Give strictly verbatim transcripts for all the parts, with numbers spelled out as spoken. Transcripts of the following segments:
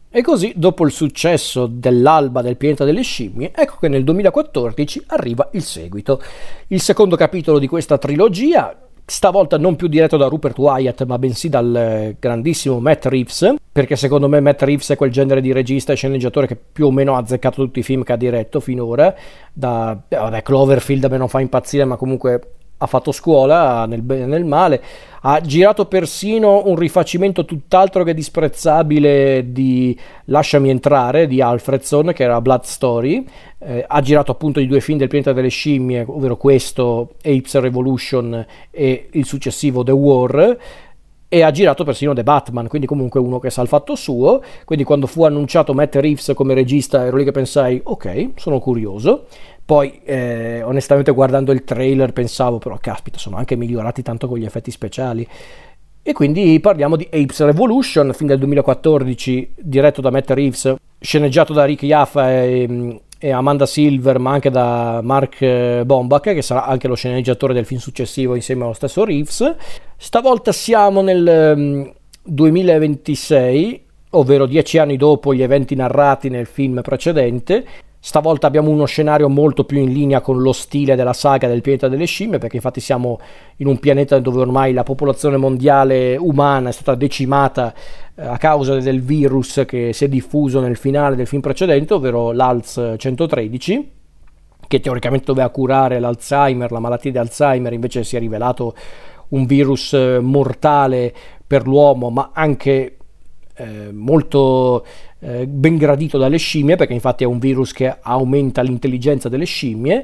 E così, dopo il successo dell'Alba del pianeta delle scimmie, ecco che nel duemilaquattordici arriva il seguito. Il secondo capitolo di questa trilogia, stavolta non più diretto da Rupert Wyatt, ma bensì dal grandissimo Matt Reeves, perché secondo me Matt Reeves è quel genere di regista e sceneggiatore che più o meno ha azzeccato tutti i film che ha diretto finora. Da, vabbè, Cloverfield a me non fa impazzire, ma comunque ha fatto scuola nel bene e nel male. Ha girato persino un rifacimento tutt'altro che disprezzabile di Lasciami entrare di Alfredson, che era Blood Story. Eh, ha girato appunto i due film del pianeta delle scimmie, ovvero questo, Apes Revolution, e il successivo The War, e ha girato persino The Batman, quindi comunque uno che sa il fatto suo. Quindi quando fu annunciato Matt Reeves come regista ero lì che pensai ok, sono curioso. Poi eh, onestamente guardando il trailer pensavo però caspita, sono anche migliorati tanto con gli effetti speciali. E quindi parliamo di Apes Revolution, film del duemilaquattordici, diretto da Matt Reeves, sceneggiato da Rick Jaffa e, e Amanda Silver, ma anche da Mark Bombach, che sarà anche lo sceneggiatore del film successivo insieme allo stesso Reeves. Stavolta siamo nel um, duemilaventisei, ovvero dieci anni dopo gli eventi narrati nel film precedente. Stavolta abbiamo uno scenario molto più in linea con lo stile della saga del pianeta delle scimmie, perché infatti siamo in un pianeta dove ormai la popolazione mondiale umana è stata decimata eh, a causa del virus che si è diffuso nel finale del film precedente, ovvero l'A L Z centotredici, che teoricamente doveva curare l'Alzheimer, la malattia di Alzheimer, invece si è rivelato un virus mortale per l'uomo, ma anche eh, molto eh, ben gradito dalle scimmie, perché infatti è un virus che aumenta l'intelligenza delle scimmie.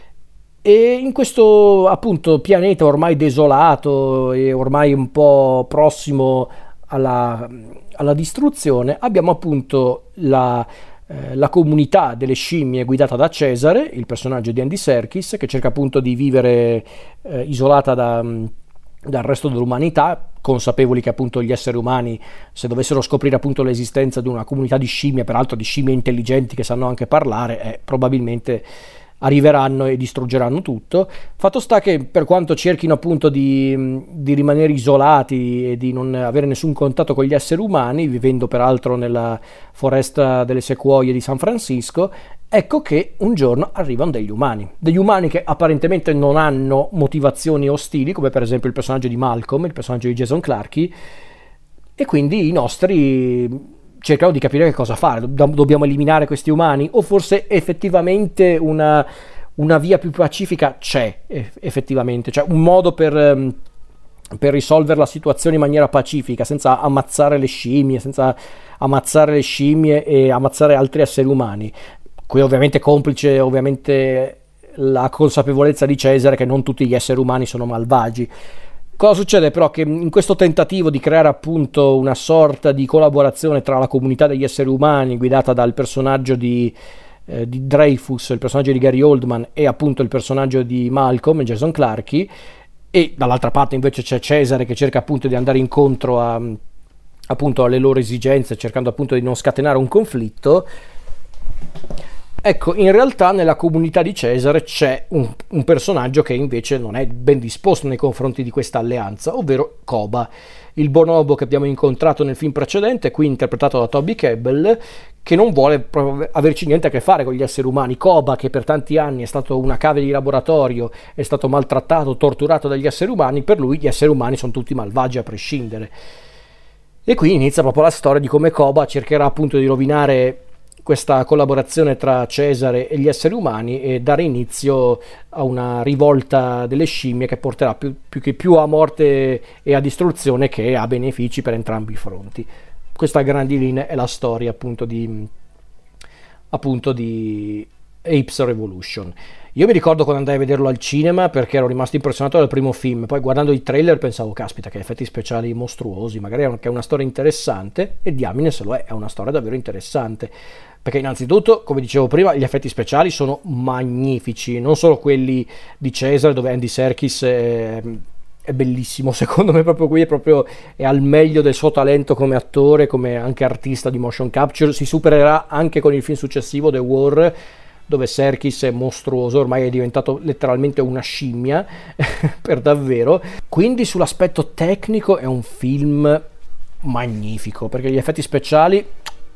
E in questo appunto pianeta ormai desolato e ormai un po' prossimo alla, alla distruzione, abbiamo appunto la Eh, la comunità delle scimmie guidata da Cesare, il personaggio di Andy Serkis, che cerca appunto di vivere eh, isolata da, dal resto dell'umanità, consapevoli che appunto gli esseri umani, se dovessero scoprire appunto l'esistenza di una comunità di scimmie, peraltro di scimmie intelligenti che sanno anche parlare, eh, probabilmente arriveranno e distruggeranno tutto. Fatto sta che per quanto cerchino appunto di, di rimanere isolati e di non avere nessun contatto con gli esseri umani, vivendo peraltro nella foresta delle sequoie di San Francisco, ecco che un giorno arrivano degli umani, degli umani che apparentemente non hanno motivazioni ostili, come per esempio il personaggio di Malcolm, il personaggio di Jason Clarke, e quindi i nostri cercano di capire che cosa fare. Dobbiamo eliminare questi umani o forse effettivamente una, una via più pacifica c'è effettivamente, cioè un modo per, per risolvere la situazione in maniera pacifica, senza ammazzare le scimmie, senza ammazzare le scimmie e ammazzare altri esseri umani. Qui ovviamente complice ovviamente la consapevolezza di Cesare che non tutti gli esseri umani sono malvagi. Cosa succede però? Che in questo tentativo di creare appunto una sorta di collaborazione tra la comunità degli esseri umani, guidata dal personaggio di, eh, di Dreyfus, il personaggio di Gary Oldman, e appunto il personaggio di Malcolm, Jason Clarke, e dall'altra parte invece c'è Cesare che cerca appunto di andare incontro a, appunto alle loro esigenze, cercando appunto di non scatenare un conflitto. Ecco, in realtà nella comunità di Cesare c'è un, un personaggio che invece non è ben disposto nei confronti di questa alleanza, ovvero Koba, il bonobo che abbiamo incontrato nel film precedente, qui interpretato da Toby Kebbell, che non vuole proprio averci niente a che fare con gli esseri umani. Koba, che per tanti anni è stato una cave di laboratorio, è stato maltrattato, torturato dagli esseri umani, per lui gli esseri umani sono tutti malvagi a prescindere. E qui inizia proprio la storia di come Koba cercherà appunto di rovinare questa collaborazione tra Cesare e gli esseri umani e dare inizio a una rivolta delle scimmie che porterà più, più che più a morte e a distruzione che a benefici per entrambi i fronti. Questa a grandi linee è la storia appunto di appunto di Apes Revolution. Io mi ricordo quando andai a vederlo al cinema perché ero rimasto impressionato dal primo film, poi guardando i trailer pensavo caspita che effetti speciali mostruosi, magari è anche una storia interessante, e diamine se lo è, è una storia davvero interessante, perché innanzitutto, come dicevo prima, gli effetti speciali sono magnifici, non solo quelli di Cesare dove Andy Serkis è, è bellissimo, secondo me proprio qui è proprio è al meglio del suo talento come attore, come anche artista di motion capture. Si supererà anche con il film successivo The War, dove Serkis è mostruoso, ormai è diventato letteralmente una scimmia per davvero. Quindi sull'aspetto tecnico è un film magnifico, perché gli effetti speciali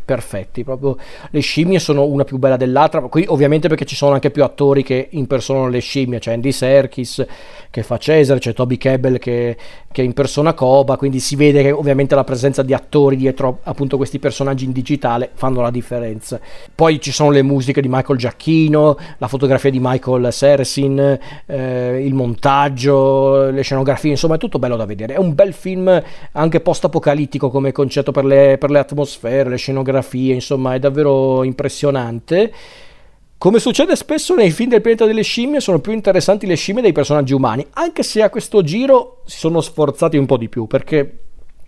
perfetti, proprio le scimmie sono una più bella dell'altra, qui ovviamente perché ci sono anche più attori che impersonano le scimmie, c'è Andy Serkis che fa Cesare, c'è Toby Kebbell che, che impersona Koba, quindi si vede che ovviamente la presenza di attori dietro appunto questi personaggi in digitale fanno la differenza. Poi ci sono le musiche di Michael Giacchino, la fotografia di Michael Seresin, eh, il montaggio, le scenografie, insomma è tutto bello da vedere, è un bel film anche post-apocalittico come concetto per le, per le atmosfere, le scenografie, insomma è davvero impressionante. Come succede spesso nei film del pianeta delle scimmie, sono più interessanti le scimmie dei personaggi umani, anche se a questo giro si sono sforzati un po' di più, perché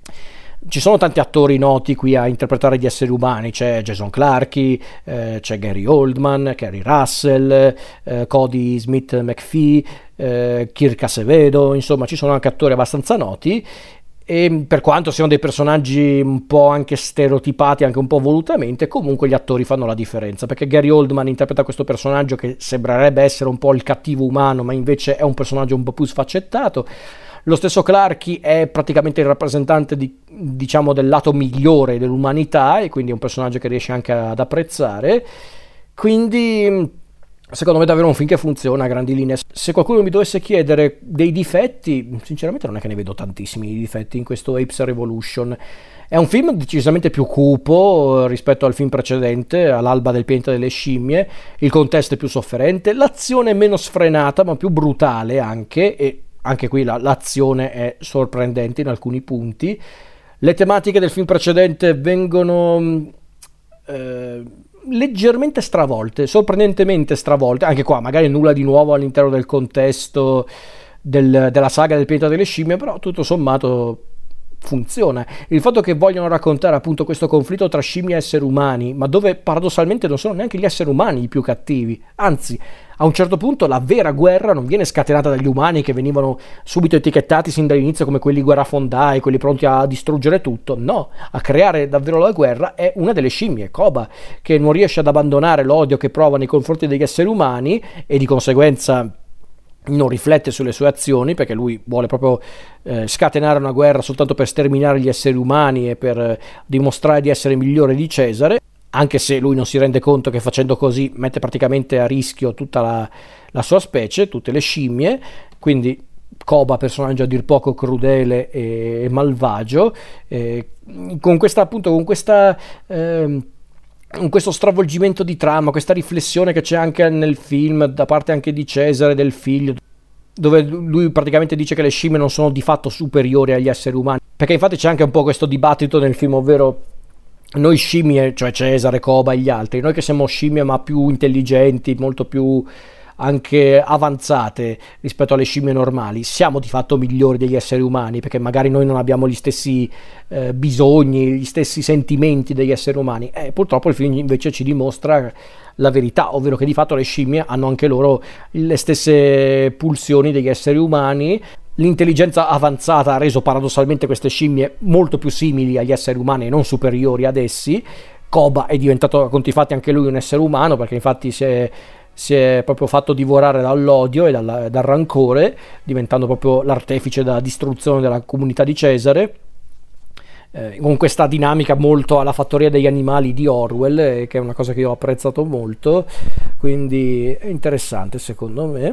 ci sono tanti attori noti qui a interpretare gli esseri umani, c'è Jason Clarke, eh, c'è Gary Oldman, Kerry Russell, eh, Cody Smith McPhee, eh, Kirk Acevedo, insomma ci sono anche attori abbastanza noti, e per quanto siano dei personaggi un po' anche stereotipati, anche un po' volutamente, comunque gli attori fanno la differenza, perché Gary Oldman interpreta questo personaggio che sembrerebbe essere un po' il cattivo umano, ma invece è un personaggio un po' più sfaccettato. Lo stesso Clarke è praticamente il rappresentante di, diciamo, del lato migliore dell'umanità, e quindi è un personaggio che riesce anche ad apprezzare. Quindi secondo me è davvero un film che funziona a grandi linee. Se qualcuno mi dovesse chiedere dei difetti, sinceramente non è che ne vedo tantissimi di difetti in questo Apes Revolution. È un film decisamente più cupo rispetto al film precedente, all'alba del pianeta delle scimmie, il contesto è più sofferente, l'azione è meno sfrenata ma più brutale anche, e anche qui la, l'azione è sorprendente in alcuni punti. Le tematiche del film precedente vengono eh, leggermente stravolte, sorprendentemente stravolte, anche qua magari nulla di nuovo all'interno del contesto del, della saga del pianeta delle scimmie, però tutto sommato funziona. Il fatto che vogliono raccontare appunto questo conflitto tra scimmie e esseri umani, ma dove paradossalmente non sono neanche gli esseri umani i più cattivi, anzi a un certo punto la vera guerra non viene scatenata dagli umani che venivano subito etichettati sin dall'inizio come quelli guerrafondai, quelli pronti a distruggere tutto. No, a creare davvero la guerra è una delle scimmie, Koba, che non riesce ad abbandonare l'odio che prova nei confronti degli esseri umani e di conseguenza non riflette sulle sue azioni, perché lui vuole proprio eh, scatenare una guerra soltanto per sterminare gli esseri umani e per eh, dimostrare di essere migliore di Cesare, anche se lui non si rende conto che facendo così mette praticamente a rischio tutta la, la sua specie, tutte le scimmie. Quindi Koba, personaggio a dir poco crudele e, e malvagio, eh, con questa appunto con questa eh, con questo stravolgimento di trama, questa riflessione che c'è anche nel film da parte anche di Cesare, del figlio, dove lui praticamente dice che le scimmie non sono di fatto superiori agli esseri umani, perché infatti c'è anche un po' questo dibattito nel film, ovvero noi scimmie, cioè Cesare, Koba e gli altri, noi che siamo scimmie ma più intelligenti, molto più anche avanzate rispetto alle scimmie normali, siamo di fatto migliori degli esseri umani, perché magari noi non abbiamo gli stessi eh, bisogni, gli stessi sentimenti degli esseri umani. Eh, purtroppo il film invece ci dimostra la verità, ovvero che di fatto le scimmie hanno anche loro le stesse pulsioni degli esseri umani. L'intelligenza avanzata ha reso paradossalmente queste scimmie molto più simili agli esseri umani e non superiori ad essi. Koba è diventato a conti fatti anche lui un essere umano, perché infatti si è si è proprio fatto divorare dall'odio e dal, dal rancore, diventando proprio l'artefice della distruzione della comunità di Cesare, eh, con questa dinamica molto alla Fattoria degli animali di Orwell, eh, che è una cosa che io ho apprezzato molto, quindi è interessante secondo me.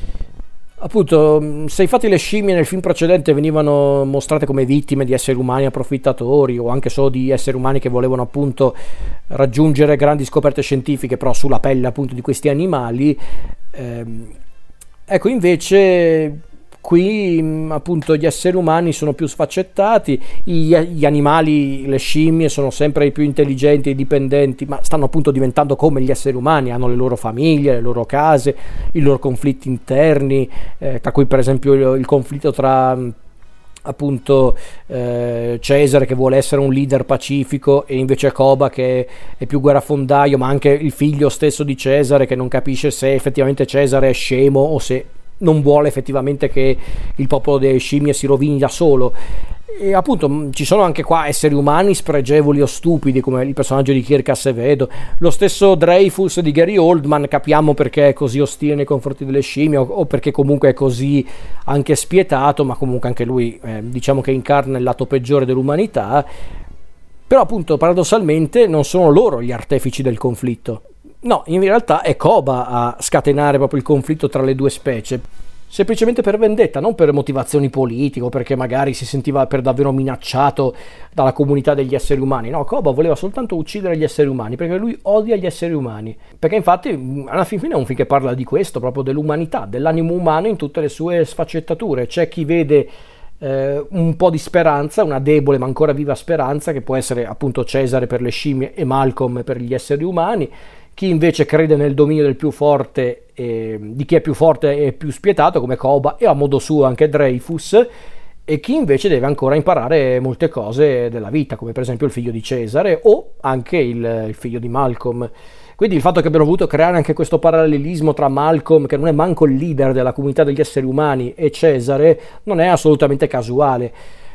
Appunto, se infatti le scimmie nel film precedente venivano mostrate come vittime di esseri umani approfittatori, o anche solo di esseri umani che volevano appunto raggiungere grandi scoperte scientifiche però sulla pelle appunto di questi animali, ehm, ecco invece qui appunto gli esseri umani sono più sfaccettati, gli, gli animali, le scimmie sono sempre i più intelligenti e dipendenti, ma stanno appunto diventando come gli esseri umani, hanno le loro famiglie, le loro case, i loro conflitti interni, eh, tra cui per esempio il, il conflitto tra appunto eh, Cesare, che vuole essere un leader pacifico, e invece Koba che è più guerrafondaio, ma anche il figlio stesso di Cesare che non capisce se effettivamente Cesare è scemo o se non vuole effettivamente che il popolo delle scimmie si rovini da solo. E appunto ci sono anche qua esseri umani spregevoli o stupidi, come il personaggio di Kirk Acevedo, lo stesso Dreyfus di Gary Oldman, capiamo perché è così ostile nei confronti delle scimmie, o, o perché comunque è così anche spietato, ma comunque anche lui eh, diciamo che incarna il lato peggiore dell'umanità. Però appunto paradossalmente non sono loro gli artefici del conflitto. No, in realtà è Koba a scatenare proprio il conflitto tra le due specie, semplicemente per vendetta, non per motivazioni politiche o perché magari si sentiva per davvero minacciato dalla comunità degli esseri umani. No, Koba voleva soltanto uccidere gli esseri umani perché lui odia gli esseri umani. Perché infatti alla fin fine è un film che parla di questo, proprio dell'umanità, dell'animo umano in tutte le sue sfaccettature. C'è chi vede eh, un po' di speranza, una debole ma ancora viva speranza, che può essere appunto Cesare per le scimmie e Malcolm per gli esseri umani. Chi invece crede nel dominio del più forte, eh, di chi è più forte e più spietato come Koba e a modo suo anche Dreyfus, e chi invece deve ancora imparare molte cose della vita, come per esempio il figlio di Cesare o anche il, il figlio di Malcolm. Quindi il fatto che abbiamo voluto creare anche questo parallelismo tra Malcolm, che non è manco il leader della comunità degli esseri umani, e Cesare non è assolutamente casuale.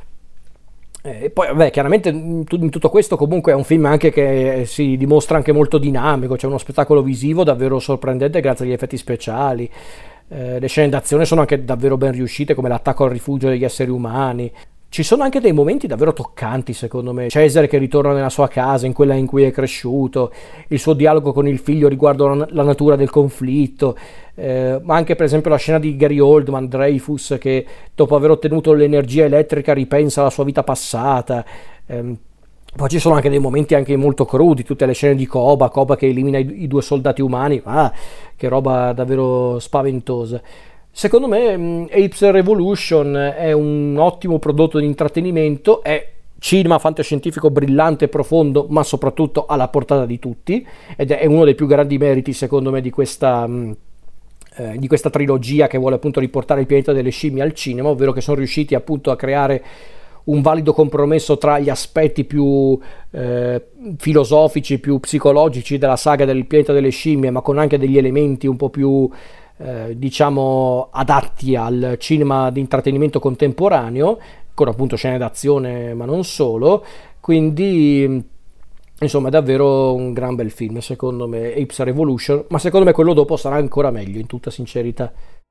E poi, vabbè, chiaramente in tutto questo comunque è un film anche che si dimostra anche molto dinamico, c'è uno spettacolo visivo davvero sorprendente grazie agli effetti speciali, eh, le scene d'azione sono anche davvero ben riuscite, come l'attacco al rifugio degli esseri umani. Ci sono anche dei momenti davvero toccanti, secondo me. Cesare che ritorna nella sua casa, in quella in cui è cresciuto, il suo dialogo con il figlio riguardo la, la natura del conflitto, eh, ma anche per esempio la scena di Gary Oldman, Dreyfus, che dopo aver ottenuto l'energia elettrica ripensa alla sua vita passata. Eh, poi ci sono anche dei momenti anche molto crudi, tutte le scene di Koba, Koba che elimina i, i due soldati umani, ah, che roba davvero spaventosa. Secondo me Apes Revolution è un ottimo prodotto di intrattenimento, è cinema fantascientifico brillante e profondo, ma soprattutto alla portata di tutti, ed è uno dei più grandi meriti secondo me di questa, eh, di questa trilogia che vuole appunto riportare il pianeta delle scimmie al cinema, ovvero che sono riusciti appunto a creare un valido compromesso tra gli aspetti più eh, filosofici, più psicologici della saga del pianeta delle scimmie, ma con anche degli elementi un po' più Eh, diciamo adatti al cinema di intrattenimento contemporaneo, con appunto scene d'azione ma non solo. Quindi insomma è davvero un gran bel film secondo me, Apes Revolution, ma secondo me quello dopo sarà ancora meglio, in tutta sincerità.